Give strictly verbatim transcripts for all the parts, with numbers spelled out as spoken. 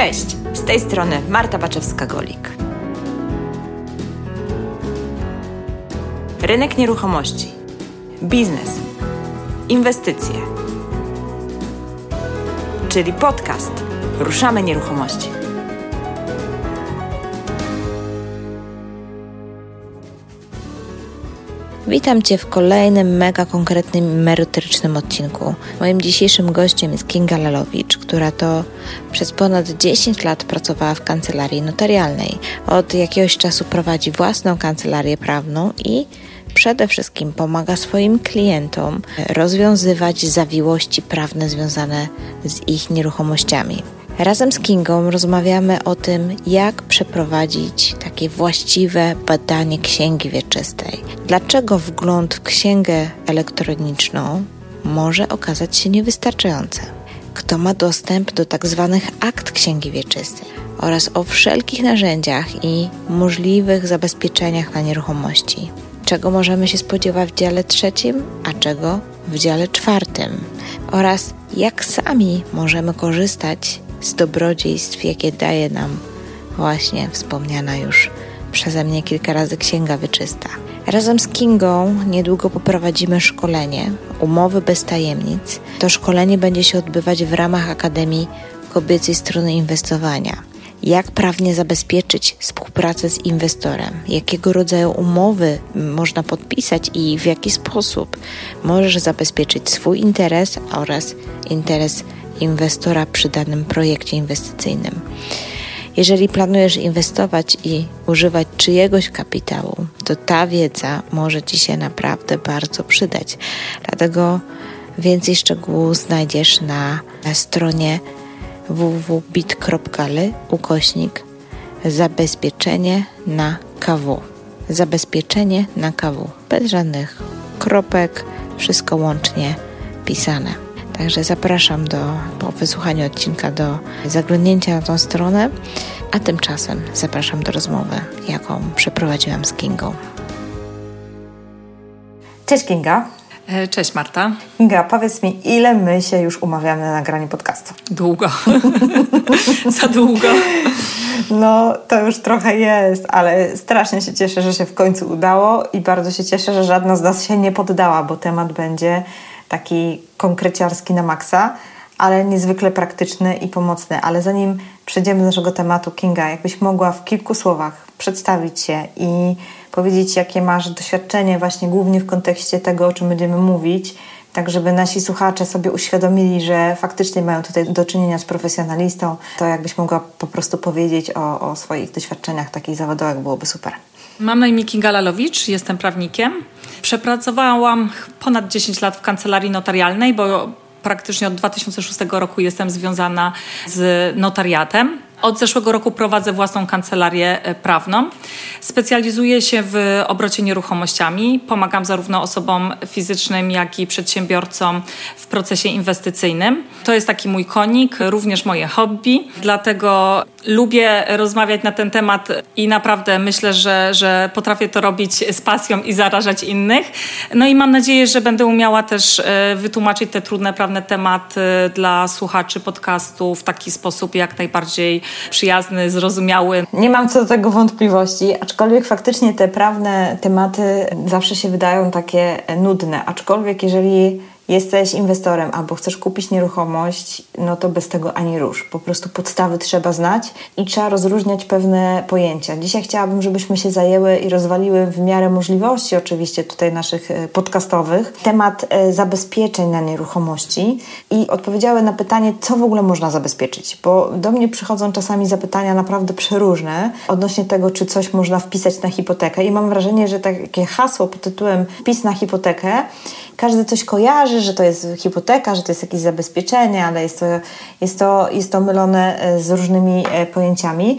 Cześć, z tej strony Marta Baczewska-Golik. Rynek nieruchomości, biznes, inwestycje, czyli podcast Ruszamy Nieruchomości. Witam Cię w kolejnym mega konkretnym, merytorycznym odcinku. Moim dzisiejszym gościem jest Kinga Lalowicz, która to przez ponad dziesięć lat pracowała w kancelarii notarialnej. Od jakiegoś czasu prowadzi własną kancelarię prawną i przede wszystkim pomaga swoim klientom rozwiązywać zawiłości prawne związane z ich nieruchomościami. Razem z Kingą rozmawiamy o tym, jak przeprowadzić takie właściwe badanie księgi wieczystej. Dlaczego wgląd w księgę elektroniczną może okazać się niewystarczający? Kto ma dostęp do tak zwanych akt księgi wieczystej? Oraz o wszelkich narzędziach i możliwych zabezpieczeniach na nieruchomości. Czego możemy się spodziewać w dziale trzecim, a czego w dziale czwartym? Oraz jak sami możemy korzystać z dobrodziejstw, jakie daje nam właśnie wspomniana już przeze mnie kilka razy księga wieczysta. Razem z Kingą niedługo poprowadzimy szkolenie Umowy bez tajemnic. To szkolenie będzie się odbywać w ramach Akademii Kobiecej Strony Inwestowania. Jak prawnie zabezpieczyć współpracę z inwestorem? Jakiego rodzaju umowy można podpisać i w jaki sposób możesz zabezpieczyć swój interes oraz interes inwestora przy danym projekcie inwestycyjnym. Jeżeli planujesz inwestować i używać czyjegoś kapitału, to ta wiedza może Ci się naprawdę bardzo przydać. Dlatego więcej szczegółów znajdziesz na stronie w w w kropka bit kropka l y ukośnik zabezpieczenie na K W. Zabezpieczenie na K W. Bez żadnych kropek, wszystko łącznie pisane. Także zapraszam do, po wysłuchaniu odcinka do zaglądnięcia na tą stronę, a tymczasem zapraszam do rozmowy, jaką przeprowadziłam z Kingą. Cześć Kinga. Cześć Marta. Kinga, powiedz mi, ile my się już umawiamy na nagranie podcastu? Długo. Za długo. No, to już trochę jest, ale strasznie się cieszę, że się w końcu udało i bardzo się cieszę, że żadna z nas się nie poddała, bo temat będzie taki konkreciarski na maksa, ale niezwykle praktyczny i pomocny. Ale zanim przejdziemy do naszego tematu, Kinga, jakbyś mogła w kilku słowach przedstawić się i powiedzieć, jakie masz doświadczenie właśnie głównie w kontekście tego, o czym będziemy mówić, tak żeby nasi słuchacze sobie uświadomili, że faktycznie mają tutaj do czynienia z profesjonalistą, to jakbyś mogła po prostu powiedzieć o, o swoich doświadczeniach takich zawodowych, byłoby super. Mam na imię Kinga Lalowicz, jestem prawnikiem. Przepracowałam ponad dziesięć lat w kancelarii notarialnej, bo praktycznie od dwa tysiące szóstego roku jestem związana z notariatem. Od zeszłego roku prowadzę własną kancelarię prawną. Specjalizuję się w obrocie nieruchomościami. Pomagam zarówno osobom fizycznym, jak i przedsiębiorcom w procesie inwestycyjnym. To jest taki mój konik, również moje hobby. Dlatego lubię rozmawiać na ten temat i naprawdę myślę, że, że potrafię to robić z pasją i zarażać innych. No i mam nadzieję, że będę umiała też wytłumaczyć te trudne prawne tematy dla słuchaczy podcastu w taki sposób jak najbardziej przyjazny, zrozumiały. Nie mam co do tego wątpliwości, aczkolwiek faktycznie te prawne tematy zawsze się wydają takie nudne, aczkolwiek jeżeli jesteś inwestorem albo chcesz kupić nieruchomość, no to bez tego ani rusz. Po prostu podstawy trzeba znać i trzeba rozróżniać pewne pojęcia. Dzisiaj chciałabym, żebyśmy się zajęły i rozwaliły w miarę możliwości oczywiście tutaj naszych podcastowych temat zabezpieczeń na nieruchomości i odpowiedziały na pytanie, co w ogóle można zabezpieczyć. Bo do mnie przychodzą czasami zapytania naprawdę przeróżne odnośnie tego, czy coś można wpisać na hipotekę i mam wrażenie, że takie hasło pod tytułem wpis na hipotekę, każdy coś kojarzy, że to jest hipoteka, że to jest jakieś zabezpieczenie, ale jest to, jest to, jest to mylone z różnymi pojęciami.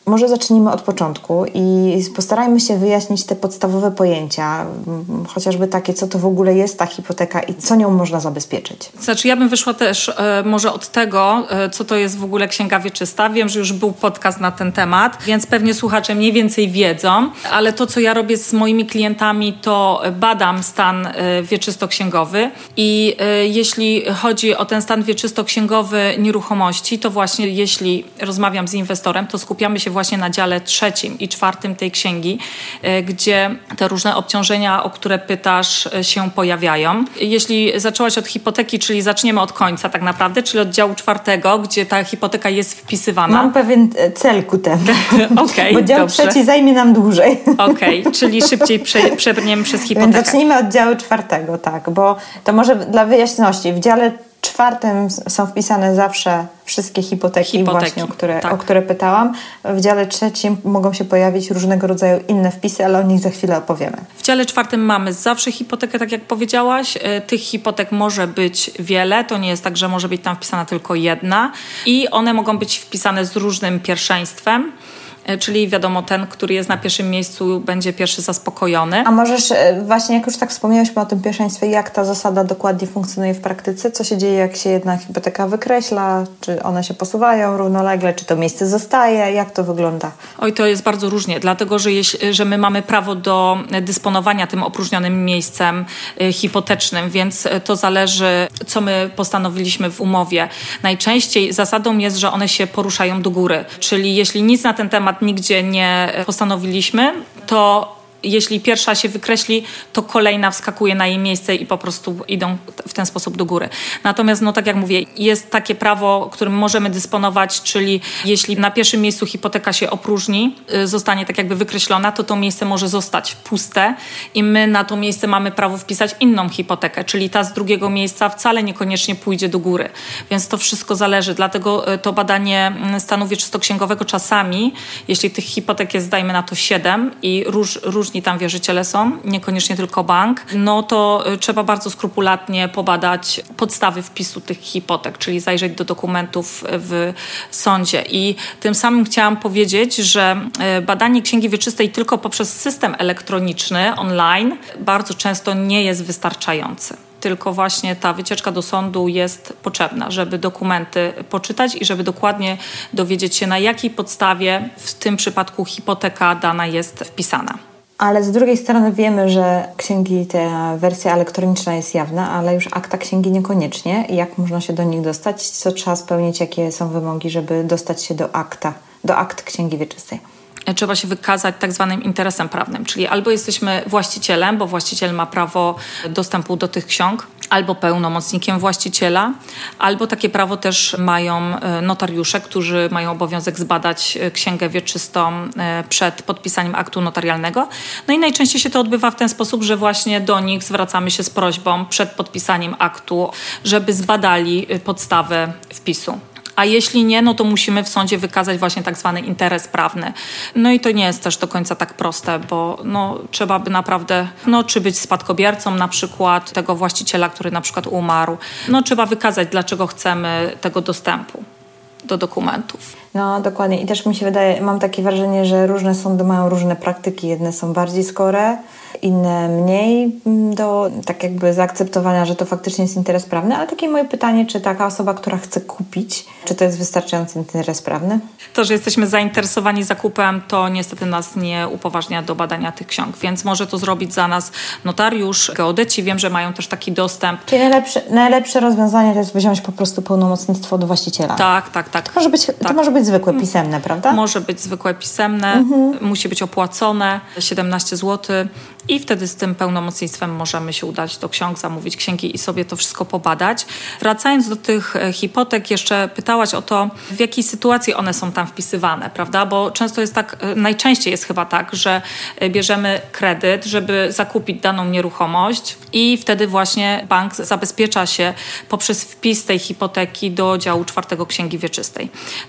może zacznijmy od początku i postarajmy się wyjaśnić te podstawowe pojęcia, chociażby takie, co to w ogóle jest ta hipoteka i co nią można zabezpieczyć. Znaczy ja bym wyszła też e, może od tego, e, co to jest w ogóle księga wieczysta. Wiem, że już był podcast na ten temat, więc pewnie słuchacze mniej więcej wiedzą, ale to, co ja robię z moimi klientami, to badam stan e, wieczystoksięgowy i e, jeśli chodzi o ten stan wieczystoksięgowy nieruchomości, to właśnie jeśli rozmawiam z inwestorem, to skupiamy się właśnie na dziale trzecim i czwartym tej księgi, gdzie te różne obciążenia, o które pytasz, się pojawiają. Jeśli zaczęłaś od hipoteki, czyli zaczniemy od końca tak naprawdę, czyli od działu czwartego, gdzie ta hipoteka jest wpisywana. Mam pewien cel ku temu, okay, bo dział dobrze. trzeci zajmie nam dłużej. Okej, okay, czyli szybciej prze, przebrniemy przez hipotekę. Więc zacznijmy od działu czwartego, tak, bo to może dla wyjaśności, w dziale czwartym są wpisane zawsze wszystkie hipoteki, hipoteki właśnie, o które, tak. o które pytałam. W dziale trzecim mogą się pojawić różnego rodzaju inne wpisy, ale o nich za chwilę opowiemy. W dziale czwartym mamy zawsze hipotekę, tak jak powiedziałaś. Tych hipotek może być wiele. To nie jest tak, że może być tam wpisana tylko jedna. I one mogą być wpisane z różnym pierwszeństwem. Czyli wiadomo, ten, który jest na pierwszym miejscu, będzie pierwszy zaspokojony. A możesz właśnie, jak już tak wspomniałyśmy o tym pierwszeństwie, jak ta zasada dokładnie funkcjonuje w praktyce? Co się dzieje, jak się jedna hipoteka wykreśla? Czy one się posuwają równolegle? Czy to miejsce zostaje? Jak to wygląda? Oj, to jest bardzo różnie, dlatego że, jeśli, że my mamy prawo do dysponowania tym opróżnionym miejscem hipotecznym, więc to zależy, co my postanowiliśmy w umowie. Najczęściej zasadą jest, że one się poruszają do góry, czyli jeśli nic na ten temat nigdzie nie postanowiliśmy, to jeśli pierwsza się wykreśli, to kolejna wskakuje na jej miejsce i po prostu idą w ten sposób do góry. Natomiast, no tak jak mówię, jest takie prawo, którym możemy dysponować, czyli jeśli na pierwszym miejscu hipoteka się opróżni, zostanie tak jakby wykreślona, to to miejsce może zostać puste i my na to miejsce mamy prawo wpisać inną hipotekę, czyli ta z drugiego miejsca wcale niekoniecznie pójdzie do góry. Więc to wszystko zależy. Dlatego to badanie stanu wieczystoksięgowego czasami, jeśli tych hipotek jest, dajmy na to siedem i róż, różni tam wierzyciele są, niekoniecznie tylko bank, no to trzeba bardzo skrupulatnie pobadać podstawy wpisu tych hipotek, czyli zajrzeć do dokumentów w sądzie. I tym samym chciałam powiedzieć, że badanie księgi wieczystej tylko poprzez system elektroniczny, online, bardzo często nie jest wystarczający. Tylko właśnie ta wycieczka do sądu jest potrzebna, żeby dokumenty poczytać i żeby dokładnie dowiedzieć się, na jakiej podstawie w tym przypadku hipoteka dana jest wpisana. Ale z drugiej strony wiemy, że księgi, ta wersja elektroniczna jest jawna, ale już akta księgi niekoniecznie. Jak można się do nich dostać? Co trzeba spełnić? Jakie są wymogi, żeby dostać się do akta, do akt księgi wieczystej? Trzeba się wykazać tak zwanym interesem prawnym, czyli albo jesteśmy właścicielem, bo właściciel ma prawo dostępu do tych ksiąg, albo pełnomocnikiem właściciela, albo takie prawo też mają notariusze, którzy mają obowiązek zbadać księgę wieczystą przed podpisaniem aktu notarialnego. No i najczęściej się to odbywa w ten sposób, że właśnie do nich zwracamy się z prośbą przed podpisaniem aktu, żeby zbadali podstawę wpisu. A jeśli nie, no to musimy w sądzie wykazać właśnie tak zwany interes prawny. No i to nie jest też do końca tak proste, bo no, trzeba by naprawdę, no czy być spadkobiercą na przykład tego właściciela, który na przykład umarł. No trzeba wykazać, dlaczego chcemy tego dostępu do dokumentów. No dokładnie i też mi się wydaje, mam takie wrażenie, że różne sądy mają różne praktyki. Jedne są bardziej skore, inne mniej do tak jakby zaakceptowania, że to faktycznie jest interes prawny, ale takie moje pytanie, czy taka osoba, która chce kupić, czy to jest wystarczający interes prawny? To, że jesteśmy zainteresowani zakupem, to niestety nas nie upoważnia do badania tych ksiąg, więc może to zrobić za nas notariusz, geodeci. Wiem, że mają też taki dostęp. Czyli najlepsze, najlepsze rozwiązanie to jest wziąć po prostu pełnomocnictwo od właściciela. Tak, tak, tak. To może być, tak. To może być zwykłe pisemne, prawda? Może być zwykłe pisemne, mhm. musi być opłacone siedemnaście złotych i wtedy z tym pełnomocnictwem możemy się udać do ksiąg, zamówić księgi i sobie to wszystko pobadać. Wracając do tych hipotek, jeszcze pytałaś o to, w jakiej sytuacji one są tam wpisywane, prawda? Bo często jest tak, najczęściej jest chyba tak, że bierzemy kredyt, żeby zakupić daną nieruchomość i wtedy właśnie bank zabezpiecza się poprzez wpis tej hipoteki do działu czwartego księgi wieczystej. Natomiast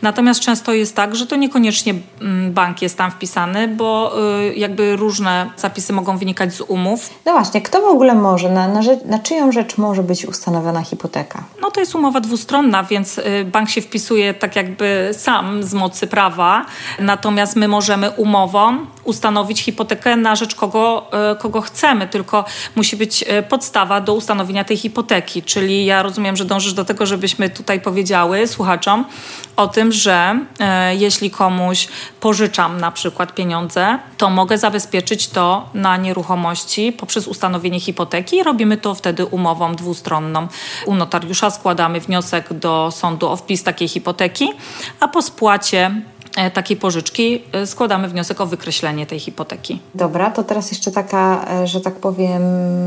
często jest tak, że to niekoniecznie bank jest tam wpisany, bo jakby różne zapisy mogą wynikać z umów. No właśnie, kto w ogóle może, na, na, rzecz, na czyją rzecz może być ustanowiona hipoteka? No to jest umowa dwustronna, więc bank się wpisuje tak jakby sam z mocy prawa, natomiast my możemy umową ustanowić hipotekę na rzecz kogo, kogo chcemy, tylko musi być podstawa do ustanowienia tej hipoteki, czyli ja rozumiem, że dążysz do tego, żebyśmy tutaj powiedziały słuchaczom o tym, że e, jeśli komuś pożyczam na przykład pieniądze, to mogę zabezpieczyć to na nieruchomości poprzez ustanowienie hipoteki i robimy to wtedy umową dwustronną. U notariusza składamy wniosek do sądu o wpis takiej hipoteki, a po spłacie takiej pożyczki składamy wniosek o wykreślenie tej hipoteki. Dobra, to teraz jeszcze taka, że tak powiem,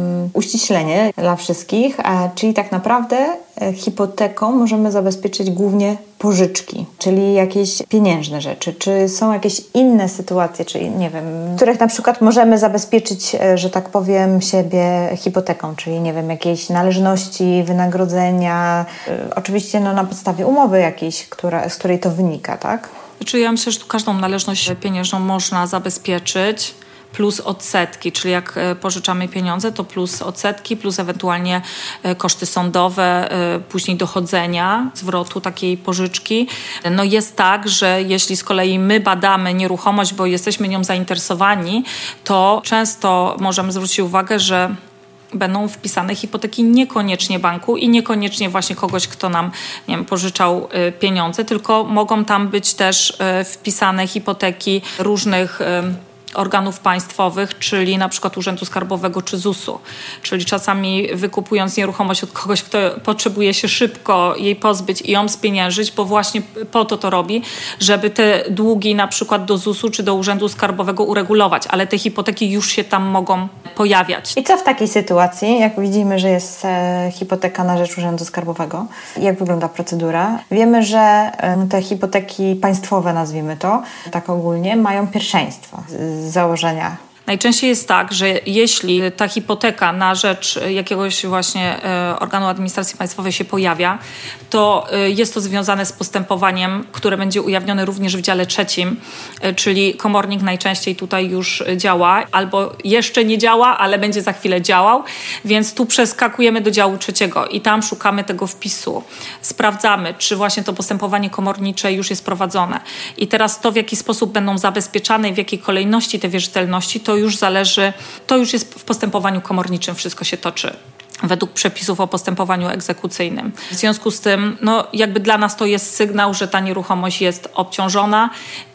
uściślenie dla wszystkich, czyli tak naprawdę hipoteką możemy zabezpieczyć głównie pożyczki, czyli jakieś pieniężne rzeczy. Czy są jakieś inne sytuacje, czyli nie wiem, w których na przykład możemy zabezpieczyć, że tak powiem, siebie hipoteką, czyli nie wiem, jakieś należności, wynagrodzenia, oczywiście no, na podstawie umowy jakiejś, która, z której to wynika, tak? Znaczy ja myślę, że tu każdą należność pieniężną można zabezpieczyć, plus odsetki, czyli jak pożyczamy pieniądze, to plus odsetki, plus ewentualnie koszty sądowe, później dochodzenia, zwrotu takiej pożyczki. No jest tak, że jeśli z kolei my badamy nieruchomość, bo jesteśmy nią zainteresowani, to często możemy zwrócić uwagę, że będą wpisane hipoteki niekoniecznie banku i niekoniecznie właśnie kogoś, kto nam, nie wiem, pożyczał y, pieniądze, tylko mogą tam być też y, wpisane hipoteki różnych y, organów państwowych, czyli na przykład Urzędu Skarbowego czy zusu. Czyli czasami wykupując nieruchomość od kogoś, kto potrzebuje się szybko jej pozbyć i ją spieniężyć, bo właśnie po to to robi, żeby te długi na przykład do zusu czy do Urzędu Skarbowego uregulować, ale te hipoteki już się tam mogą pojawiać. I co w takiej sytuacji, jak widzimy, że jest e, hipoteka na rzecz Urzędu Skarbowego? Jak wygląda procedura? Wiemy, że e, te hipoteki państwowe, nazwijmy to, tak ogólnie, mają pierwszeństwo z, z założenia. Najczęściej jest tak, że jeśli ta hipoteka na rzecz jakiegoś właśnie organu administracji państwowej się pojawia, to jest to związane z postępowaniem, które będzie ujawnione również w dziale trzecim, czyli komornik najczęściej tutaj już działa, albo jeszcze nie działa, ale będzie za chwilę działał, więc tu przeskakujemy do działu trzeciego i tam szukamy tego wpisu. Sprawdzamy, czy właśnie to postępowanie komornicze już jest prowadzone. I teraz to, w jaki sposób będą zabezpieczane i w jakiej kolejności te wierzytelności, to już zależy, to już jest w postępowaniu komorniczym, wszystko się toczy według przepisów o postępowaniu egzekucyjnym. W związku z tym, no jakby dla nas to jest sygnał, że ta nieruchomość jest obciążona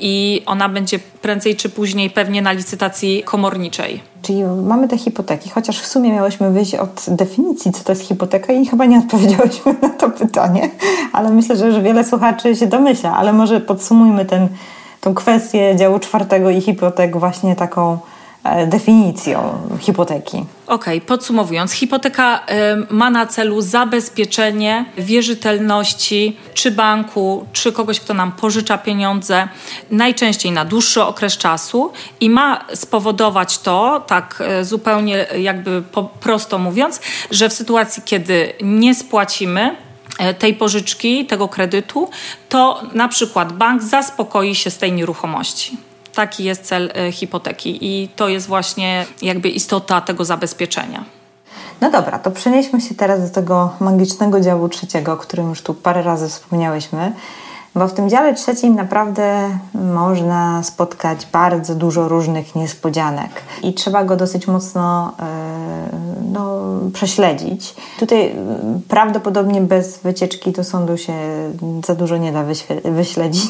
i ona będzie prędzej czy później pewnie na licytacji komorniczej. Czyli mamy te hipoteki, chociaż w sumie miałyśmy wyjść od definicji, co to jest hipoteka i chyba nie odpowiedziałyśmy na to pytanie, ale myślę, że już wiele słuchaczy się domyśla, ale może podsumujmy ten, tą kwestię działu czwartego i hipotek właśnie taką definicją hipoteki. Okej, okay, podsumowując, hipoteka y, ma na celu zabezpieczenie wierzytelności czy banku, czy kogoś, kto nam pożycza pieniądze, najczęściej na dłuższy okres czasu i ma spowodować to, tak y, zupełnie jakby po, prosto mówiąc, że w sytuacji, kiedy nie spłacimy tej pożyczki, tego kredytu, to na przykład bank zaspokoi się z tej nieruchomości. Taki jest cel y, hipoteki i to jest właśnie jakby istota tego zabezpieczenia. No dobra, to przenieśmy się teraz do tego magicznego działu trzeciego, o którym już tu parę razy wspomniałyśmy, bo w tym dziale trzecim naprawdę można spotkać bardzo dużo różnych niespodzianek i trzeba go dosyć mocno yy, no, prześledzić. Tutaj prawdopodobnie bez wycieczki do sądu się za dużo nie da wyśle- wyśledzić.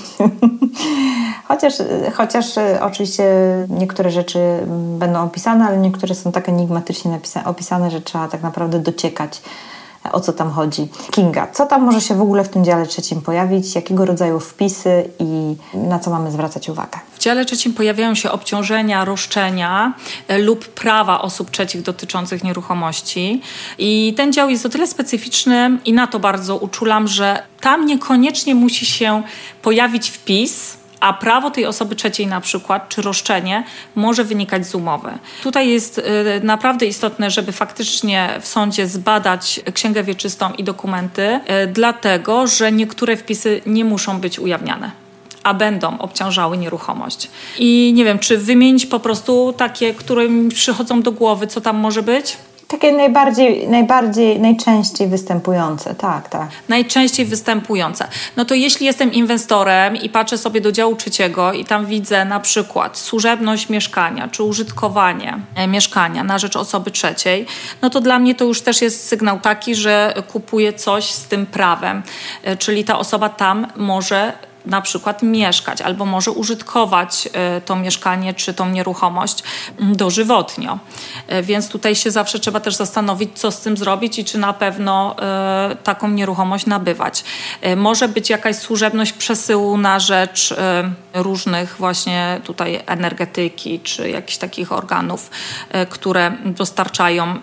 Chociaż, chociaż oczywiście niektóre rzeczy będą opisane, ale niektóre są tak enigmatycznie napisa- opisane, że trzeba tak naprawdę dociekać, o co tam chodzi. Kinga, co tam może się w ogóle w tym dziale trzecim pojawić? Jakiego rodzaju wpisy i na co mamy zwracać uwagę? W dziale trzecim pojawiają się obciążenia, roszczenia lub prawa osób trzecich dotyczących nieruchomości. I ten dział jest o tyle specyficzny i na to bardzo uczulam, że tam niekoniecznie musi się pojawić wpis, a prawo tej osoby trzeciej na przykład, czy roszczenie może wynikać z umowy. Tutaj jest y, naprawdę istotne, żeby faktycznie w sądzie zbadać księgę wieczystą i dokumenty, y, dlatego, że niektóre wpisy nie muszą być ujawniane. a będą obciążały nieruchomość. I nie wiem, czy wymienić po prostu takie, które mi przychodzą do głowy, co tam może być? Takie najbardziej, najbardziej, najczęściej występujące, tak, tak. Najczęściej występujące. No to jeśli jestem inwestorem i patrzę sobie do działu trzeciego i tam widzę na przykład służebność mieszkania czy użytkowanie mieszkania na rzecz osoby trzeciej, no to dla mnie to już też jest sygnał taki, że kupuję coś z tym prawem. Czyli ta osoba tam może na przykład mieszkać albo może użytkować to mieszkanie czy tą nieruchomość dożywotnio. Więc tutaj się zawsze trzeba też zastanowić, co z tym zrobić i czy na pewno taką nieruchomość nabywać. Może być jakaś służebność przesyłu na rzecz różnych właśnie tutaj energetyki czy jakichś takich organów, które dostarczają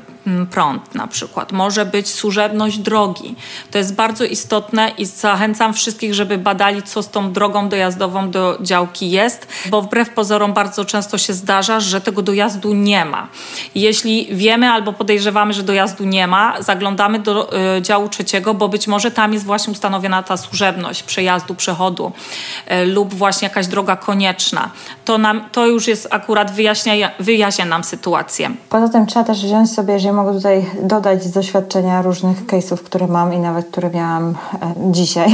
prąd na przykład. Może być służebność drogi. To jest bardzo istotne i zachęcam wszystkich, żeby badali, co z tą drogą dojazdową do działki jest, bo wbrew pozorom bardzo często się zdarza, że tego dojazdu nie ma. Jeśli wiemy albo podejrzewamy, że dojazdu nie ma, zaglądamy do y, działu trzeciego, bo być może tam jest właśnie ustanowiona ta służebność przejazdu, przechodu y, lub właśnie jakaś droga konieczna. To, nam, to już jest akurat wyjaśnia, wyjaśnia nam sytuację. Poza tym trzeba też wziąć sobie, jeżeli mogę tutaj dodać z doświadczenia różnych case'ów, które mam i nawet które miałam e, dzisiaj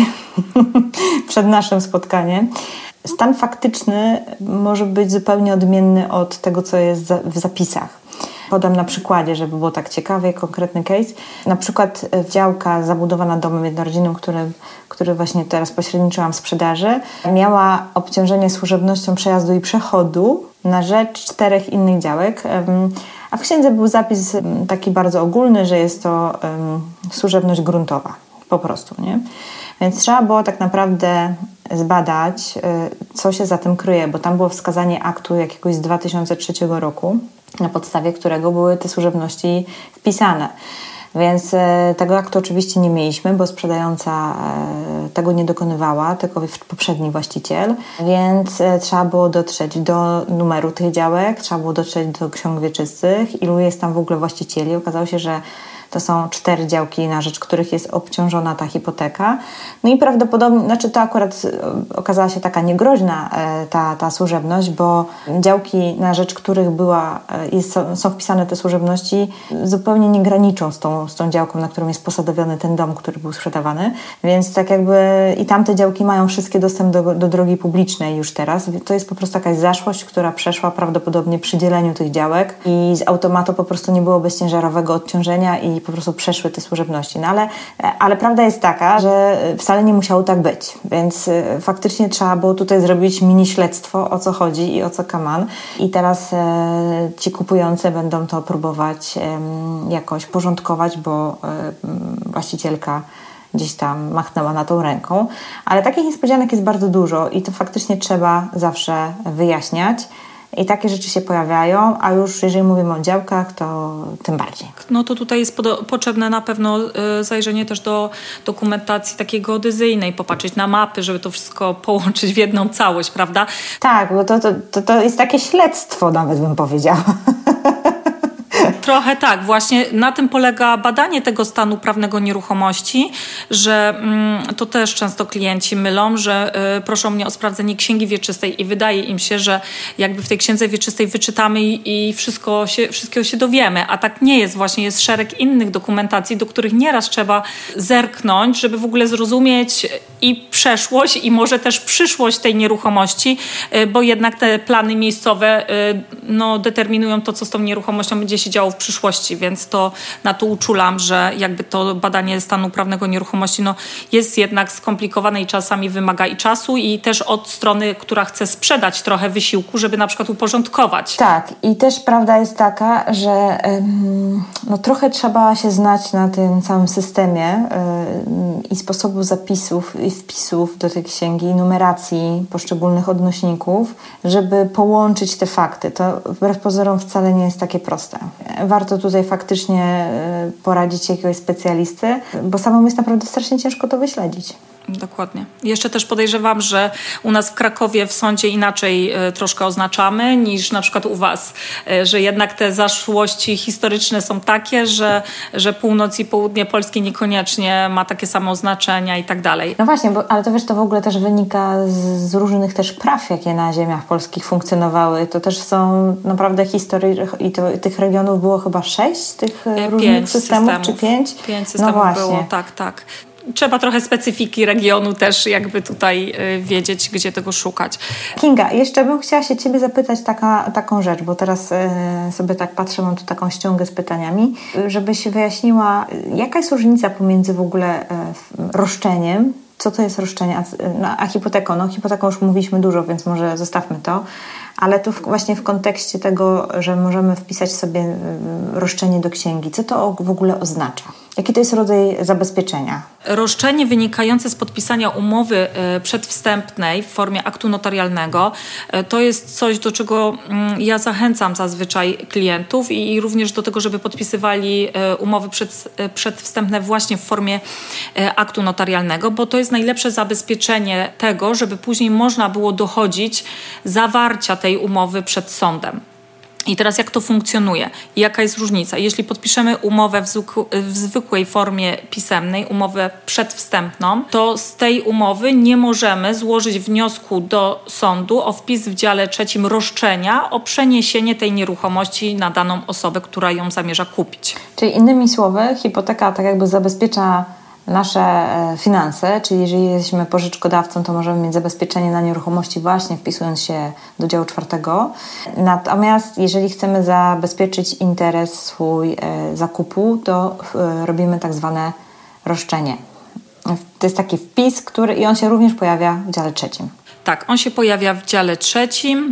przed naszym spotkaniem. Stan faktyczny może być zupełnie odmienny od tego, co jest w zapisach. Podam na przykładzie, żeby było tak ciekawie, konkretny case. Na przykład działka zabudowana domem jednorodzinnym, który, który właśnie teraz pośredniczyłam w sprzedaży, miała obciążenie służebnością przejazdu i przechodu na rzecz czterech innych działek. A w księdze był zapis taki bardzo ogólny, że jest to służebność gruntowa. Po prostu, nie? Więc trzeba było tak naprawdę zbadać, co się za tym kryje, bo tam było wskazanie aktu jakiegoś z dwa tysiące trzeciego roku, na podstawie którego były te służebności wpisane. Więc tego aktu oczywiście nie mieliśmy, bo sprzedająca tego nie dokonywała, tylko poprzedni właściciel, więc trzeba było dotrzeć do numeru tych działek, trzeba było dotrzeć do ksiąg wieczystych, ilu jest tam w ogóle właścicieli. Okazało się, że to są cztery działki, na rzecz których jest obciążona ta hipoteka. No i prawdopodobnie, znaczy to akurat okazała się taka niegroźna ta, ta służebność, bo działki, na rzecz których była, jest, są wpisane te służebności, zupełnie nie graniczą z tą, z tą działką, na którą jest posadowiony ten dom, który był sprzedawany. Więc tak jakby i tamte działki mają wszystkie dostęp do, do drogi publicznej już teraz. To jest po prostu jakaś zaszłość, która przeszła prawdopodobnie przy dzieleniu tych działek i z automatu po prostu nie było bezciężarowego odciążenia i po prostu przeszły te służebności. No ale, ale prawda jest taka, że wcale nie musiało tak być, więc faktycznie trzeba było tutaj zrobić mini śledztwo, o co chodzi i o co kaman. I teraz e, ci kupujący będą to próbować e, jakoś porządkować, bo e, właścicielka gdzieś tam machnęła na tą ręką. Ale takich niespodzianek jest bardzo dużo i to faktycznie trzeba zawsze wyjaśniać. I takie rzeczy się pojawiają, a już jeżeli mówimy o działkach, to tym bardziej. No to tutaj jest pod, potrzebne na pewno y, zajrzenie też do dokumentacji takiej geodezyjnej, popatrzeć na mapy, żeby to wszystko połączyć w jedną całość, prawda? Tak, bo to, to, to, to jest takie śledztwo nawet, bym powiedziała. Trochę tak, właśnie na tym polega badanie tego stanu prawnego nieruchomości, że mm, to też często klienci mylą, że y, proszą mnie o sprawdzenie księgi wieczystej i wydaje im się, że jakby w tej księdze wieczystej wyczytamy i, i wszystko się, wszystkiego się dowiemy, a tak nie jest. Właśnie jest szereg innych dokumentacji, do których nieraz trzeba zerknąć, żeby w ogóle zrozumieć i przeszłość i może też przyszłość tej nieruchomości, y, bo jednak te plany miejscowe y, no, determinują to, co z tą nieruchomością będzie się działo w przyszłości, więc to na to uczulam, że jakby to badanie stanu prawnego nieruchomości no, jest jednak skomplikowane i czasami wymaga i czasu i też od strony, która chce sprzedać trochę wysiłku, żeby na przykład uporządkować. Tak i też prawda jest taka, że ym, no, trochę trzeba się znać na tym całym systemie yy, i sposobu zapisów i wpisów do tej księgi, numeracji poszczególnych odnośników, żeby połączyć te fakty. To wbrew pozorom wcale nie jest takie proste. Warto tutaj faktycznie poradzić się jakiegoś specjalisty, bo samemu jest naprawdę strasznie ciężko to wyśledzić. Dokładnie. Jeszcze też podejrzewam, że u nas w Krakowie w sądzie inaczej y, troszkę oznaczamy niż na przykład u was, y, że jednak te zaszłości historyczne są takie, że, że północ i południe Polski niekoniecznie ma takie same oznaczenia i tak dalej. No właśnie, bo, ale to wiesz, to w ogóle też wynika z, z różnych też praw, jakie na ziemiach polskich funkcjonowały. To też są naprawdę historii i to, tych regionów było chyba sześć tych y, różnych pięć systemów, systemów, czy pięć? Pięć systemów no właśnie. było, tak, tak. Trzeba trochę specyfiki regionu też jakby tutaj y, wiedzieć, gdzie tego szukać. Kinga, jeszcze bym chciała się Ciebie zapytać taka, taką rzecz, bo teraz y, sobie tak patrzę, mam tu taką ściągę z pytaniami, żebyś wyjaśniła, jaka jest różnica pomiędzy w ogóle y, roszczeniem, co to jest roszczenie, a, no, a hipoteką. No hipoteką już mówiliśmy dużo, więc może zostawmy to. Ale tu w, właśnie w kontekście tego, że możemy wpisać sobie roszczenie do księgi. Co to w ogóle oznacza? Jaki to jest rodzaj zabezpieczenia? Roszczenie wynikające z podpisania umowy przedwstępnej w formie aktu notarialnego to jest coś, do czego ja zachęcam zazwyczaj klientów i również do tego, żeby podpisywali umowy przed, przedwstępne właśnie w formie aktu notarialnego, bo to jest najlepsze zabezpieczenie tego, żeby później można było dochodzić zawarcia tej umowy przed sądem. I teraz jak to funkcjonuje? I jaka jest różnica? Jeśli podpiszemy umowę w, zwykł- w zwykłej formie pisemnej, umowę przedwstępną, to z tej umowy nie możemy złożyć wniosku do sądu o wpis w dziale trzecim roszczenia o przeniesienie tej nieruchomości na daną osobę, która ją zamierza kupić. Czyli innymi słowy, hipoteka tak jakby zabezpiecza nasze finanse, czyli jeżeli jesteśmy pożyczkodawcą, to możemy mieć zabezpieczenie na nieruchomości właśnie wpisując się do działu czwartego. Natomiast jeżeli chcemy zabezpieczyć interes swój e, zakupu, to e, robimy tak zwane roszczenie. To jest taki wpis, który i on się również pojawia w dziale trzecim. Tak, on się pojawia w dziale trzecim.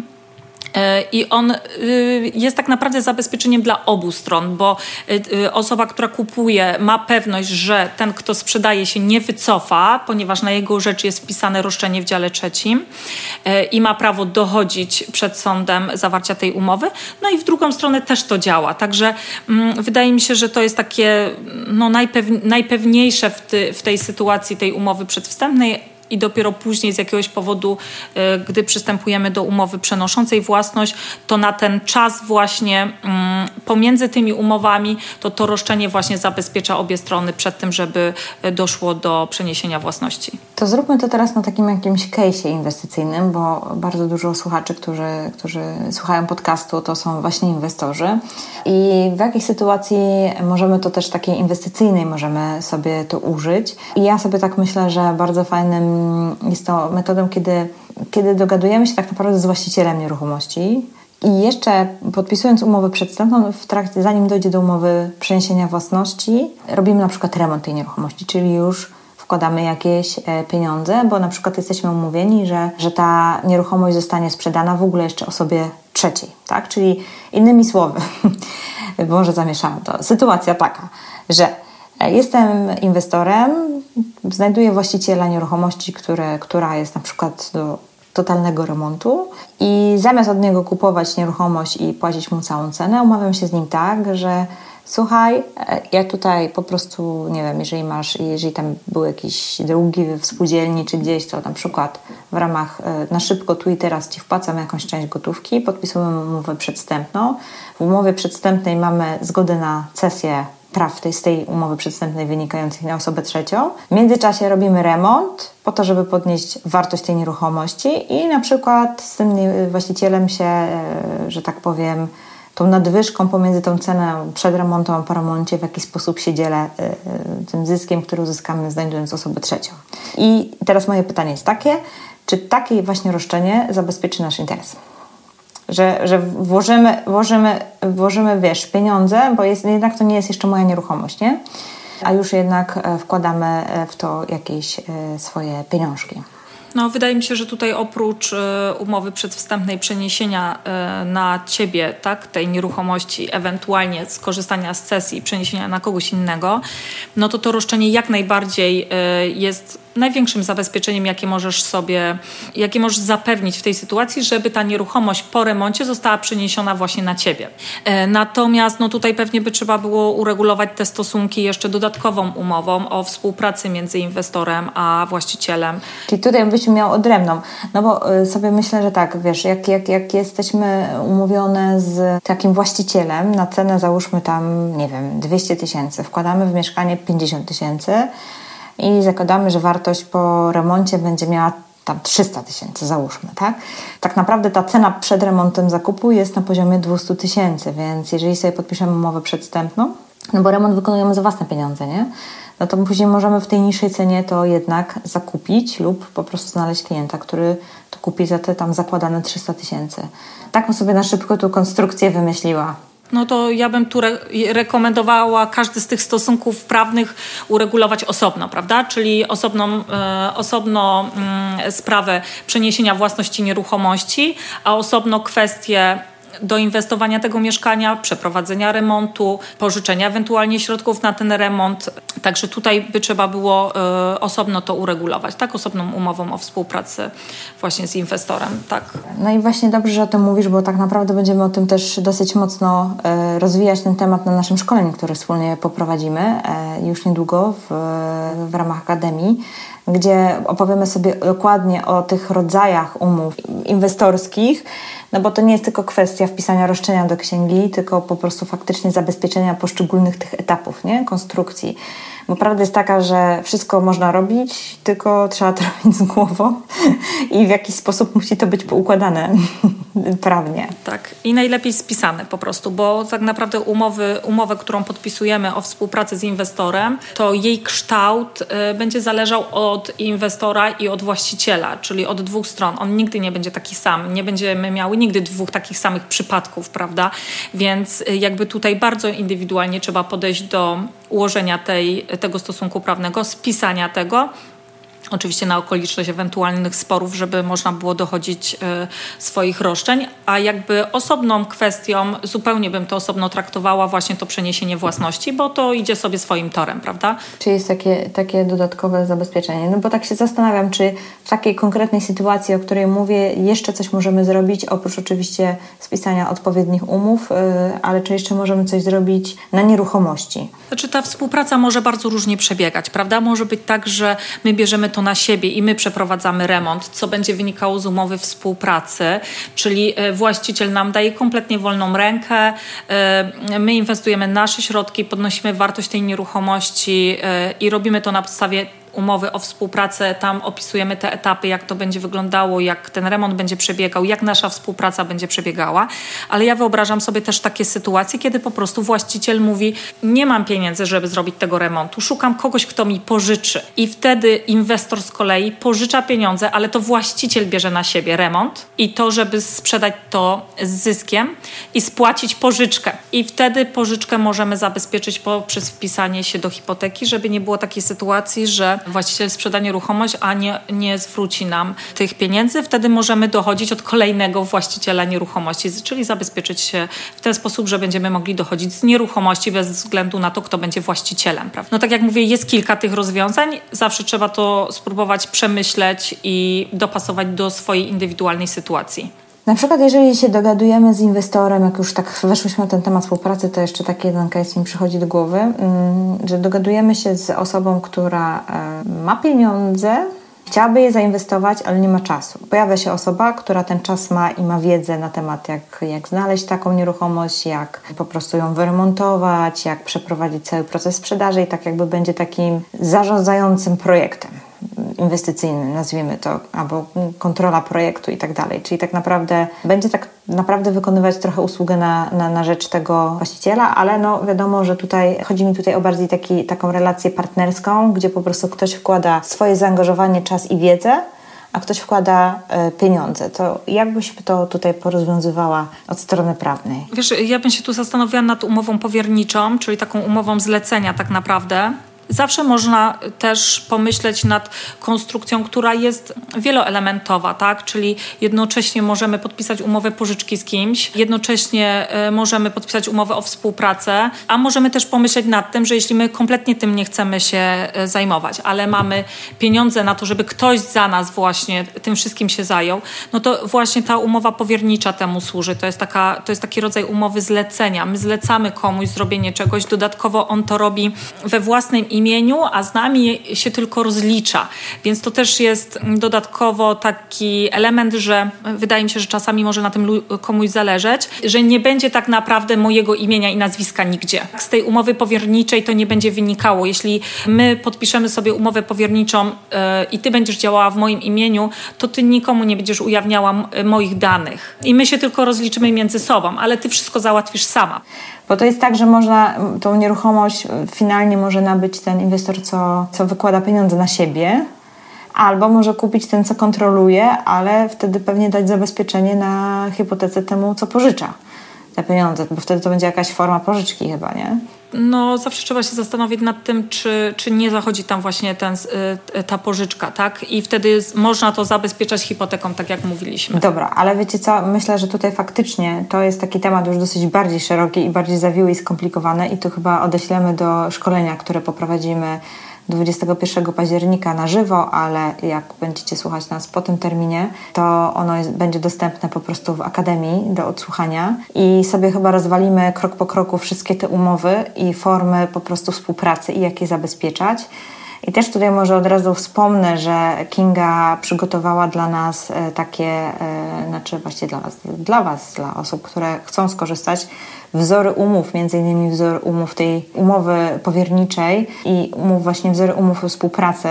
I on jest tak naprawdę zabezpieczeniem dla obu stron, bo osoba, która kupuje, ma pewność, że ten, kto sprzedaje, się nie wycofa, ponieważ na jego rzecz jest wpisane roszczenie w dziale trzecim i ma prawo dochodzić przed sądem zawarcia tej umowy. No i w drugą stronę też to działa. Także mm, wydaje mi się, że to jest takie no, najpew- najpewniejsze w, ty, w tej sytuacji tej umowy przedwstępnej. I dopiero później z jakiegoś powodu, gdy przystępujemy do umowy przenoszącej własność, to na ten czas właśnie pomiędzy tymi umowami to to roszczenie właśnie zabezpiecza obie strony przed tym, żeby doszło do przeniesienia własności. To zróbmy to teraz na takim jakimś case'ie inwestycyjnym, bo bardzo dużo słuchaczy, którzy, którzy słuchają podcastu, to są właśnie inwestorzy. I w jakiej sytuacji możemy to też takiej inwestycyjnej możemy sobie to użyć. I ja sobie tak myślę, że bardzo fajnym jest to metodą, kiedy, kiedy dogadujemy się tak naprawdę z właścicielem nieruchomości i jeszcze podpisując umowę przedwstępną, w trakcie, zanim dojdzie do umowy przeniesienia własności, robimy na przykład remont tej nieruchomości, czyli już wkładamy jakieś pieniądze, bo na przykład jesteśmy umówieni, że, że ta nieruchomość zostanie sprzedana w ogóle jeszcze osobie trzeciej, tak? Czyli innymi słowy, może zamieszałam to, sytuacja taka, że jestem inwestorem, znajduję właściciela nieruchomości, które, która jest na przykład do totalnego remontu i zamiast od niego kupować nieruchomość i płacić mu całą cenę, umawiam się z nim tak, że słuchaj, ja tutaj po prostu, nie wiem, jeżeli masz, jeżeli tam były jakieś długi w spółdzielni czy gdzieś, to na przykład w ramach, na szybko tu i teraz Ci wpłacam jakąś część gotówki, podpisujemy umowę przedwstępną. W umowie przedwstępnej mamy zgodę na cesję praw tej, z tej umowy przedwstępnej wynikających na osobę trzecią. W międzyczasie robimy remont po to, żeby podnieść wartość tej nieruchomości i na przykład z tym właścicielem się, że tak powiem, tą nadwyżką pomiędzy tą ceną przed remontem a po remoncie w jakiś sposób się dzielę tym zyskiem, który uzyskamy znajdując osobę trzecią. I teraz moje pytanie jest takie, czy takie właśnie roszczenie zabezpieczy nasz interes? Że, że włożymy, włożymy, włożymy, wiesz, pieniądze, bo jest, jednak to nie jest jeszcze moja nieruchomość, nie? A już jednak wkładamy w to jakieś swoje pieniążki. No, wydaje mi się, że tutaj oprócz y, umowy przedwstępnej przeniesienia y, na Ciebie, tak, tej nieruchomości, ewentualnie skorzystania z cesji i przeniesienia na kogoś innego, no to to roszczenie jak najbardziej y, jest największym zabezpieczeniem, jakie możesz sobie, jakie możesz zapewnić w tej sytuacji, żeby ta nieruchomość po remoncie została przeniesiona właśnie na ciebie. Natomiast no tutaj pewnie by trzeba było uregulować te stosunki jeszcze dodatkową umową o współpracy między inwestorem a właścicielem. Czyli tutaj byś miał odrębną, no bo sobie myślę, że tak, wiesz, jak, jak, jak jesteśmy umówione z takim właścicielem na cenę, załóżmy tam, nie wiem, dwieście tysięcy, wkładamy w mieszkanie pięćdziesiąt tysięcy i zakładamy, że wartość po remoncie będzie miała tam trzysta tysięcy, załóżmy, tak? Tak naprawdę ta cena przed remontem zakupu jest na poziomie dwieście tysięcy, więc jeżeli sobie podpiszemy umowę przedwstępną, no bo remont wykonujemy za własne pieniądze, nie? No to później możemy w tej niższej cenie to jednak zakupić lub po prostu znaleźć klienta, który to kupi za te tam zakładane trzysta tysięcy. Taką sobie na szybko tu konstrukcję wymyśliła. No to ja bym tu re- rekomendowała każdy z tych stosunków prawnych uregulować osobno, prawda? Czyli osobną, e, osobno mm, sprawę przeniesienia własności nieruchomości, a osobno kwestię doinwestowania tego mieszkania, przeprowadzenia remontu, pożyczenia ewentualnie środków na ten remont. Także tutaj by trzeba było y, osobno to uregulować, tak? Osobną umową o współpracy właśnie z inwestorem, tak. No i właśnie dobrze, że o tym mówisz, bo tak naprawdę będziemy o tym też dosyć mocno y, rozwijać ten temat na naszym szkoleniu, które wspólnie poprowadzimy y, już niedługo w, w ramach Akademii, gdzie opowiemy sobie dokładnie o tych rodzajach umów inwestorskich, no bo to nie jest tylko kwestia wpisania roszczenia do księgi, tylko po prostu faktycznie zabezpieczenia poszczególnych tych etapów, nie? Konstrukcji. Bo prawda jest taka, że wszystko można robić, tylko trzeba to robić z głową i w jakiś sposób musi to być poukładane prawnie. Tak. I najlepiej spisane po prostu, bo tak naprawdę umowy, umowę, którą podpisujemy o współpracy z inwestorem, to jej kształt y, będzie zależał od inwestora i od właściciela, czyli od dwóch stron. On nigdy nie będzie taki sam. Nie będziemy miały nigdy dwóch takich samych przypadków, prawda? Więc y, jakby tutaj bardzo indywidualnie trzeba podejść do ułożenia tej, tego stosunku prawnego, spisania tego, oczywiście na okoliczność ewentualnych sporów, żeby można było dochodzić y, swoich roszczeń, a jakby osobną kwestią, zupełnie bym to osobno traktowała właśnie to przeniesienie własności, bo to idzie sobie swoim torem, prawda? Czy jest takie, takie dodatkowe zabezpieczenie? No bo tak się zastanawiam, czy w takiej konkretnej sytuacji, o której mówię, jeszcze coś możemy zrobić, oprócz oczywiście spisania odpowiednich umów, y, ale czy jeszcze możemy coś zrobić na nieruchomości? Znaczy ta współpraca może bardzo różnie przebiegać, prawda? Może być tak, że my bierzemy to na siebie i my przeprowadzamy remont, co będzie wynikało z umowy współpracy, czyli właściciel nam daje kompletnie wolną rękę, my inwestujemy nasze środki, podnosimy wartość tej nieruchomości i robimy to na podstawie umowy o współpracę, tam opisujemy te etapy, jak to będzie wyglądało, jak ten remont będzie przebiegał, jak nasza współpraca będzie przebiegała, ale ja wyobrażam sobie też takie sytuacje, kiedy po prostu właściciel mówi, nie mam pieniędzy, żeby zrobić tego remontu, szukam kogoś, kto mi pożyczy i wtedy inwestor z kolei pożycza pieniądze, ale to właściciel bierze na siebie remont i to, żeby sprzedać to z zyskiem i spłacić pożyczkę i wtedy pożyczkę możemy zabezpieczyć poprzez wpisanie się do hipoteki, żeby nie było takiej sytuacji, że właściciel sprzeda nieruchomość, a nie, nie zwróci nam tych pieniędzy. Wtedy możemy dochodzić od kolejnego właściciela nieruchomości, czyli zabezpieczyć się w ten sposób, że będziemy mogli dochodzić z nieruchomości bez względu na to, kto będzie właścicielem. Prawda? No tak jak mówię, jest kilka tych rozwiązań. Zawsze trzeba to spróbować przemyśleć i dopasować do swojej indywidualnej sytuacji. Na przykład jeżeli się dogadujemy z inwestorem, jak już tak weszłyśmy na ten temat współpracy, to jeszcze taki jeden case mi przychodzi do głowy, że dogadujemy się z osobą, która ma pieniądze, chciałaby je zainwestować, ale nie ma czasu. Pojawia się osoba, która ten czas ma i ma wiedzę na temat, jak, jak znaleźć taką nieruchomość, jak po prostu ją wyremontować, jak przeprowadzić cały proces sprzedaży i tak jakby będzie takim zarządzającym projektem inwestycyjnym, nazwijmy to, albo kontrola projektu i tak dalej. Czyli tak naprawdę będzie tak naprawdę wykonywać trochę usługę na, na, na rzecz tego właściciela, ale no wiadomo, że tutaj chodzi mi tutaj o bardziej taki, taką relację partnerską, gdzie po prostu ktoś wkłada swoje zaangażowanie, czas i wiedzę, a ktoś wkłada y, pieniądze. To jak byś to tutaj porozwiązywała od strony prawnej? Wiesz, ja bym się tu zastanawiała nad umową powierniczą, czyli taką umową zlecenia tak naprawdę, Zawsze można też pomyśleć nad konstrukcją, która jest wieloelementowa, tak? Czyli jednocześnie możemy podpisać umowę pożyczki z kimś, jednocześnie możemy podpisać umowę o współpracę, a możemy też pomyśleć nad tym, że jeśli my kompletnie tym nie chcemy się zajmować, ale mamy pieniądze na to, żeby ktoś za nas właśnie tym wszystkim się zajął, no to właśnie ta umowa powiernicza temu służy. To jest, taka, to jest taki rodzaj umowy zlecenia. My zlecamy komuś zrobienie czegoś, dodatkowo on to robi we własnym imieniu, a z nami się tylko rozlicza. Więc to też jest dodatkowo taki element, że wydaje mi się, że czasami może na tym komuś zależeć, że nie będzie tak naprawdę mojego imienia i nazwiska nigdzie. Z tej umowy powierniczej to nie będzie wynikało. Jeśli my podpiszemy sobie umowę powierniczą yy, i ty będziesz działała w moim imieniu, to ty nikomu nie będziesz ujawniała m- moich danych. I my się tylko rozliczymy między sobą, ale ty wszystko załatwisz sama. Bo to jest tak, że można tą nieruchomość finalnie może nabyć ten inwestor, co, co wykłada pieniądze na siebie, albo może kupić ten, co kontroluje, ale wtedy pewnie dać zabezpieczenie na hipotece temu, co pożycza te pieniądze, bo wtedy to będzie jakaś forma pożyczki chyba, nie? No zawsze trzeba się zastanowić nad tym, czy, czy nie zachodzi tam właśnie ten, ta pożyczka, tak? I wtedy można to zabezpieczać hipoteką, tak jak mówiliśmy. Dobra, ale wiecie co? Myślę, że tutaj faktycznie to jest taki temat już dosyć bardziej szeroki i bardziej zawiły i skomplikowany i tu chyba odeślemy do szkolenia, które poprowadzimy dwudziestego pierwszego października na żywo, ale jak będziecie słuchać nas po tym terminie, to ono jest, będzie dostępne po prostu w Akademii do odsłuchania i sobie chyba rozwalimy krok po kroku wszystkie te umowy i formy po prostu współpracy i jak je zabezpieczać. I też tutaj może od razu wspomnę, że Kinga przygotowała dla nas takie, znaczy właściwie dla was, dla was, dla osób, które chcą skorzystać, wzory umów, między innymi wzór umów tej umowy powierniczej i umów właśnie wzory umów o współpracy,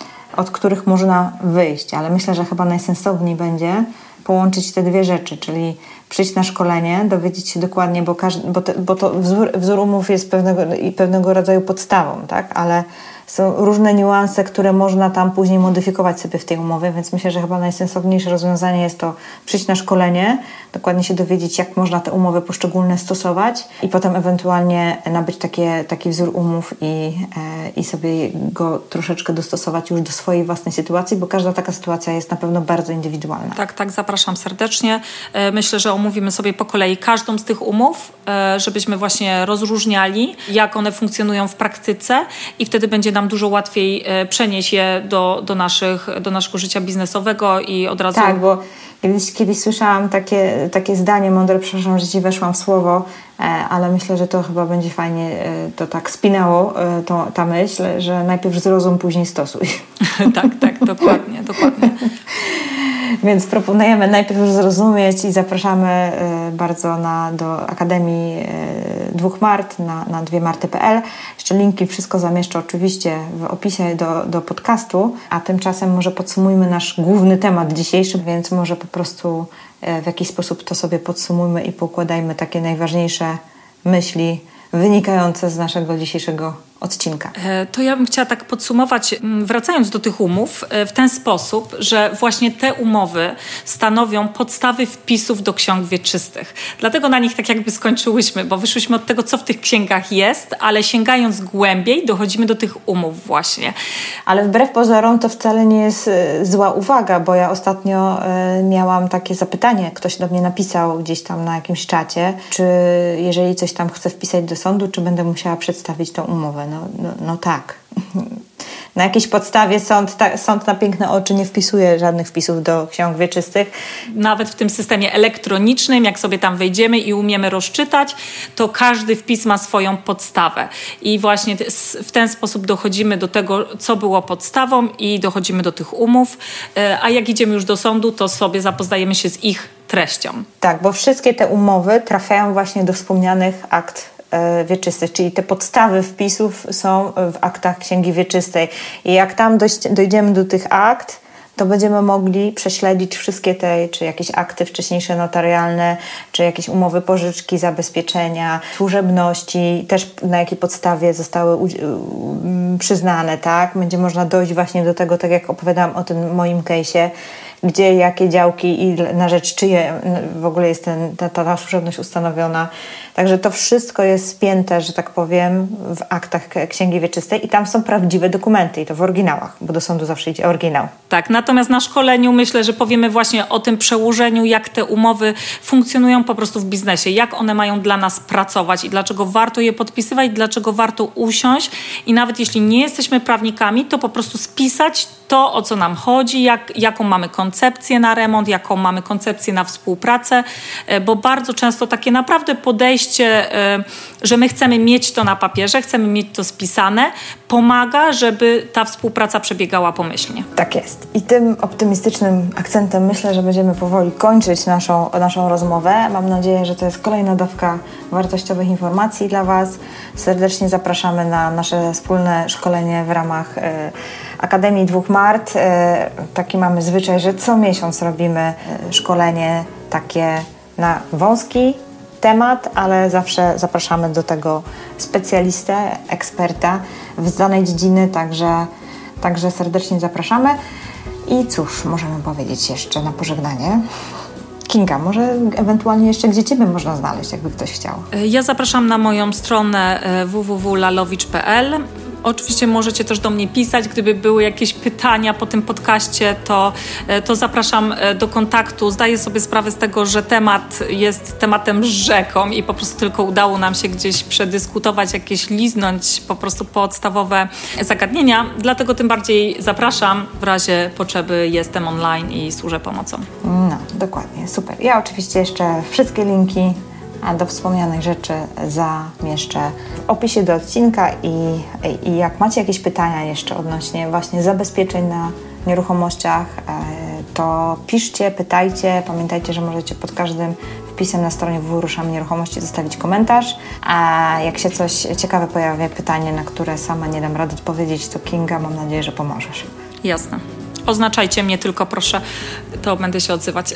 od których można wyjść, ale myślę, że chyba najsensowniej będzie połączyć te dwie rzeczy, czyli przyjść na szkolenie, dowiedzieć się dokładnie, bo, każdy, bo, te, bo to wzór, wzór umów jest pewnego, pewnego rodzaju podstawą, tak? Ale są różne niuanse, które można tam później modyfikować sobie w tej umowie, więc myślę, że chyba najsensowniejsze rozwiązanie jest to przyjść na szkolenie, dokładnie się dowiedzieć, jak można te umowy poszczególne stosować i potem ewentualnie nabyć takie, taki wzór umów i, e, i sobie go troszeczkę dostosować już do swojej własnej sytuacji, bo każda taka sytuacja jest na pewno bardzo indywidualna. Tak, tak, zapraszam serdecznie. Myślę, że omówimy sobie po kolei każdą z tych umów, żebyśmy właśnie rozróżniali, jak one funkcjonują w praktyce i wtedy będzie nam dużo łatwiej przenieść je do, do, naszych, do naszego życia biznesowego i od razu... Tak, bo kiedyś, kiedyś słyszałam takie, takie zdanie mądre, przepraszam, że ci weszłam w słowo, ale myślę, że to chyba będzie fajnie to tak spinało, to, ta myśl, że najpierw zrozum, później stosuj. tak, tak, dokładnie, dokładnie. Więc proponujemy najpierw już zrozumieć i zapraszamy bardzo na, do Akademii Dwóch Mart na, na dwie marty kropka p l. Jeszcze linki, wszystko zamieszczę oczywiście w opisie do, do podcastu, a tymczasem może podsumujmy nasz główny temat dzisiejszy, więc może po prostu w jakiś sposób to sobie podsumujmy i poukładajmy takie najważniejsze myśli wynikające z naszego dzisiejszego odcinka. To ja bym chciała tak podsumować, wracając do tych umów, w ten sposób, że właśnie te umowy stanowią podstawy wpisów do ksiąg wieczystych. Dlatego na nich tak jakby skończyłyśmy, bo wyszłyśmy od tego, co w tych księgach jest, ale sięgając głębiej, dochodzimy do tych umów właśnie. Ale wbrew pozorom to wcale nie jest zła uwaga, bo ja ostatnio miałam takie zapytanie, ktoś do mnie napisał gdzieś tam na jakimś czacie, czy jeżeli coś tam chcę wpisać do sądu, czy będę musiała przedstawić tą umowę. No, no, no tak. Na jakiejś podstawie sąd, ta, sąd na piękne oczy nie wpisuje żadnych wpisów do ksiąg wieczystych. Nawet w tym systemie elektronicznym, jak sobie tam wejdziemy i umiemy rozczytać, to każdy wpis ma swoją podstawę. I właśnie w ten sposób dochodzimy do tego, co było podstawą i dochodzimy do tych umów. A jak idziemy już do sądu, to sobie zapoznajemy się z ich treścią. Tak, bo wszystkie te umowy trafiają właśnie do wspomnianych akt wieczystych, czyli te podstawy wpisów są w aktach Księgi Wieczystej. I jak tam dojść, dojdziemy do tych akt, to będziemy mogli prześledzić wszystkie te, czy jakieś akty wcześniejsze notarialne, czy jakieś umowy pożyczki, zabezpieczenia, służebności, też na jakiej podstawie zostały u, przyznane, tak? Będzie można dojść właśnie do tego, tak jak opowiadałam o tym moim case'ie, gdzie, jakie działki i na rzecz czyje w ogóle jest ten, ta, ta służebność ustanowiona. Także to wszystko jest spięte, że tak powiem, w aktach Księgi Wieczystej i tam są prawdziwe dokumenty i to w oryginałach, bo do sądu zawsze idzie oryginał. Tak, natomiast na szkoleniu myślę, że powiemy właśnie o tym przełożeniu, jak te umowy funkcjonują po prostu w biznesie, jak one mają dla nas pracować i dlaczego warto je podpisywać, dlaczego warto usiąść i nawet jeśli nie jesteśmy prawnikami, to po prostu spisać to, o co nam chodzi, jak, jaką mamy koncepcję na remont, jaką mamy koncepcję na współpracę, bo bardzo często takie naprawdę podejście, że my chcemy mieć to na papierze, chcemy mieć to spisane, pomaga, żeby ta współpraca przebiegała pomyślnie. Tak jest. I tym optymistycznym akcentem myślę, że będziemy powoli kończyć naszą, naszą rozmowę. Mam nadzieję, że to jest kolejna dawka wartościowych informacji dla Was. Serdecznie zapraszamy na nasze wspólne szkolenie w ramach y, Akademii Dwóch Mart. Y, taki mamy zwyczaj, że co miesiąc robimy y, szkolenie takie na wąski temat, ale zawsze zapraszamy do tego specjalistę, eksperta w danej dziedziny, także, także serdecznie zapraszamy. I cóż, możemy powiedzieć jeszcze na pożegnanie. Kinga, może ewentualnie jeszcze gdzie Ciebie można znaleźć, jakby ktoś chciał? Ja zapraszam na moją stronę w w w kropka lalowicz kropka p l. Oczywiście możecie też do mnie pisać, gdyby były jakieś pytania po tym podcaście, to, to zapraszam do kontaktu. Zdaję sobie sprawę z tego, że temat jest tematem rzeką i po prostu tylko udało nam się gdzieś przedyskutować, jakieś liznąć po prostu podstawowe zagadnienia. Dlatego tym bardziej zapraszam. W razie potrzeby jestem online i służę pomocą. No, dokładnie, super. Ja oczywiście jeszcze wszystkie linki a do wspomnianych rzeczy zamieszczę w opisie do odcinka i, i jak macie jakieś pytania jeszcze odnośnie właśnie zabezpieczeń na nieruchomościach, to piszcie, pytajcie. Pamiętajcie, że możecie pod każdym wpisem na stronie w w w kropka ruszamy nieruchomości zostawić komentarz, a jak się coś ciekawe pojawia, pytanie, na które sama nie dam rady odpowiedzieć, to Kinga, mam nadzieję, że pomożesz. Jasne. Oznaczajcie mnie tylko, proszę, to będę się odzywać.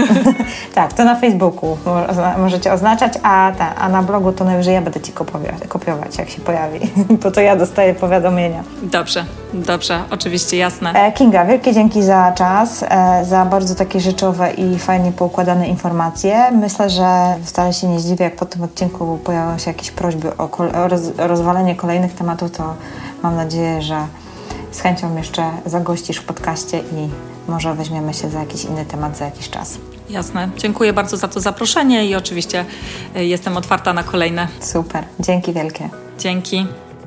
Tak, to na Facebooku możecie oznaczać, a, ta, a na blogu to najwyżej ja będę Ci kopiować, kopiować jak się pojawi, bo to ja dostaję powiadomienia. Dobrze, dobrze, oczywiście, jasne. E, Kinga, wielkie dzięki za czas, e, za bardzo takie rzeczowe i fajnie poukładane informacje. Myślę, że wcale się nie zdziwię, jak po tym odcinku pojawią się jakieś prośby o, kol- o roz- rozwalenie kolejnych tematów, to mam nadzieję, że z chęcią jeszcze zagościsz w podcaście i może weźmiemy się za jakiś inny temat za jakiś czas. Jasne. Dziękuję bardzo za to zaproszenie i oczywiście jestem otwarta na kolejne. Super. Dzięki wielkie. Dzięki.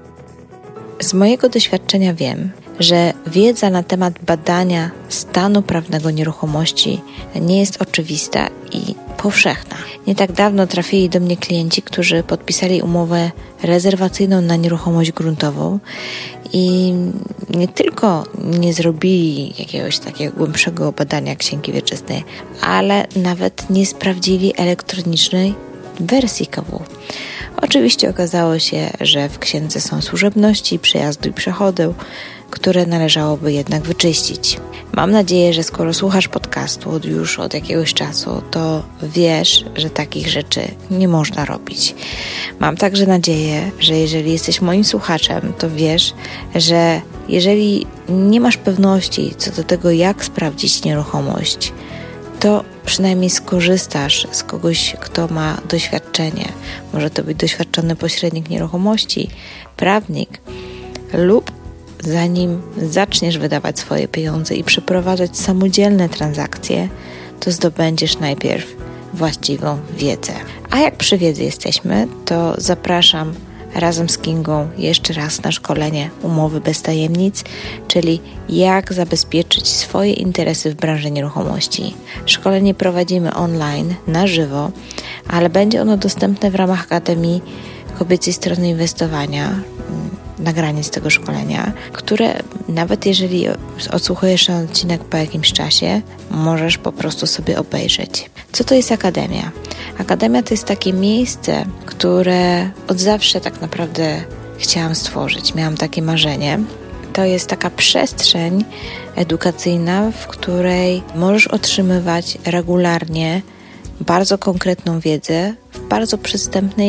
Z mojego doświadczenia wiem, że wiedza na temat badania stanu prawnego nieruchomości nie jest oczywista i powszechna. Nie tak dawno trafili do mnie klienci, którzy podpisali umowę rezerwacyjną na nieruchomość gruntową i nie tylko nie zrobili jakiegoś takiego głębszego badania Księgi Wieczystej, ale nawet nie sprawdzili elektronicznej wersji K W. Oczywiście okazało się, że w księdze są służebności, przejazdu i przechodu, które należałoby jednak wyczyścić. Mam nadzieję, że skoro słuchasz podcastu od już od jakiegoś czasu, to wiesz, że takich rzeczy nie można robić. Mam także nadzieję, że jeżeli jesteś moim słuchaczem, to wiesz, że jeżeli nie masz pewności co do tego, jak sprawdzić nieruchomość, to przynajmniej skorzystasz z kogoś, kto ma doświadczenie. Może to być doświadczony pośrednik nieruchomości, prawnik lub zanim zaczniesz wydawać swoje pieniądze i przeprowadzać samodzielne transakcje, to zdobędziesz najpierw właściwą wiedzę. A jak przy wiedzy jesteśmy, to zapraszam razem z Kingą jeszcze raz na szkolenie Umowy bez tajemnic, czyli jak zabezpieczyć swoje interesy w branży nieruchomości. Szkolenie prowadzimy online, na żywo, ale będzie ono dostępne w ramach Akademii Kobiecej Strony Inwestowania, nagranie z tego szkolenia, które nawet jeżeli odsłuchujesz ten odcinek po jakimś czasie, możesz po prostu sobie obejrzeć. Co to jest Akademia? Akademia to jest takie miejsce, które od zawsze tak naprawdę chciałam stworzyć. Miałam takie marzenie. To jest taka przestrzeń edukacyjna, w której możesz otrzymywać regularnie bardzo konkretną wiedzę w bardzo przystępnej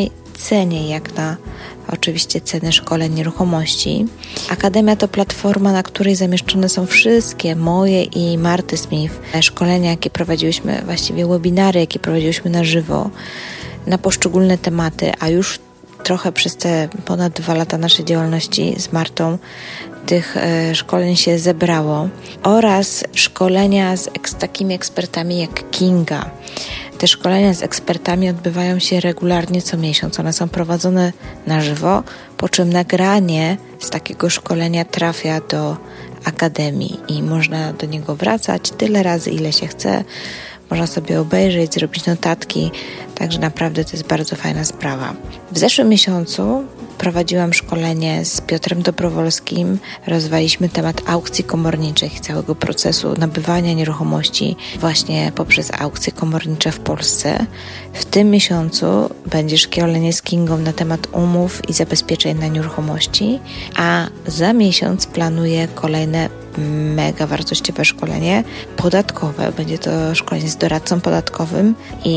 cenie, jak na oczywiście cenę szkoleń nieruchomości. Akademia to platforma, na której zamieszczone są wszystkie moje i Marty Smith szkolenia, jakie prowadziłyśmy, właściwie webinary, jakie prowadziłyśmy na żywo, na poszczególne tematy, a już trochę przez te ponad dwa lata naszej działalności z Martą tych e, szkoleń się zebrało, oraz szkolenia z eks- takimi ekspertami jak Kinga. Te szkolenia z ekspertami odbywają się regularnie co miesiąc. One są prowadzone na żywo, po czym nagranie z takiego szkolenia trafia do Akademii i można do niego wracać tyle razy, ile się chce. Można sobie obejrzeć, zrobić notatki, także naprawdę to jest bardzo fajna sprawa. W zeszłym miesiącu prowadziłam szkolenie z Piotrem Dobrowolskim. Rozwaliśmy temat aukcji komorniczych i całego procesu nabywania nieruchomości właśnie poprzez aukcje komornicze w Polsce. W tym miesiącu będzie szkolenie z Kingą na temat umów i zabezpieczeń na nieruchomości, a za miesiąc planuję kolejne mega wartościowe szkolenie podatkowe. Będzie to szkolenie z doradcą podatkowym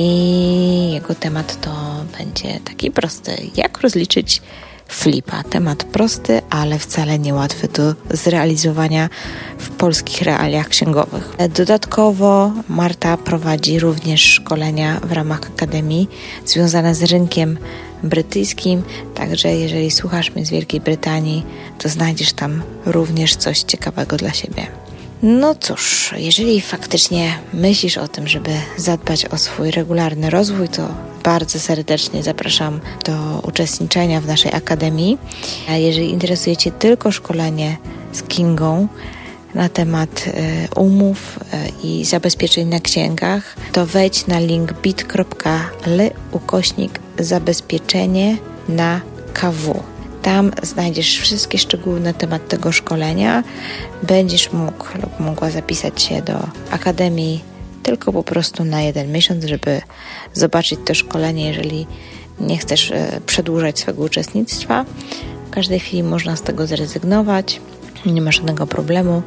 i jego temat to będzie taki prosty. Jak rozliczyć flipa? Temat prosty, ale wcale niełatwy do zrealizowania w polskich realiach księgowych. Dodatkowo Marta prowadzi również szkolenia w ramach Akademii związane z rynkiem brytyjskim, także jeżeli słuchasz mnie z Wielkiej Brytanii, to znajdziesz tam również coś ciekawego dla siebie. No cóż, jeżeli faktycznie myślisz o tym, żeby zadbać o swój regularny rozwój, to bardzo serdecznie zapraszam do uczestniczenia w naszej Akademii. A jeżeli interesuje Cię tylko szkolenie z Kingą na temat y, umów y, i zabezpieczeń na księgach, to wejdź na link bit.ly ukośnik zabezpieczenie na K W. Tam znajdziesz wszystkie szczegóły na temat tego szkolenia. Będziesz mógł lub mogła zapisać się do Akademii tylko po prostu na jeden miesiąc, żeby zobaczyć to szkolenie, jeżeli nie chcesz y, przedłużać swego uczestnictwa. W każdej chwili można z tego zrezygnować. Nie ma żadnego problemu.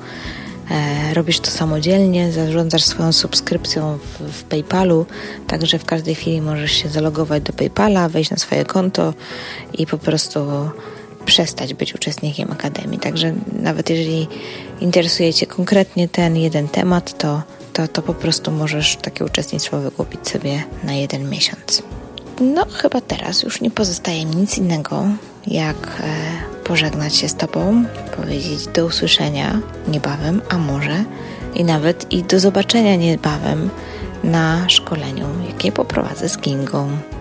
E, robisz to samodzielnie, zarządzasz swoją subskrypcją w, w PayPalu, także w każdej chwili możesz się zalogować do PayPala, wejść na swoje konto i po prostu przestać być uczestnikiem Akademii. Także nawet jeżeli interesuje Cię konkretnie ten jeden temat, to, to, to po prostu możesz takie uczestnictwo wykupić sobie na jeden miesiąc. No chyba teraz już nie pozostaje mi nic innego, jak e, pożegnać się z Tobą, powiedzieć do usłyszenia niebawem, a może i nawet i do zobaczenia niebawem na szkoleniu, jakie poprowadzę z Kingą.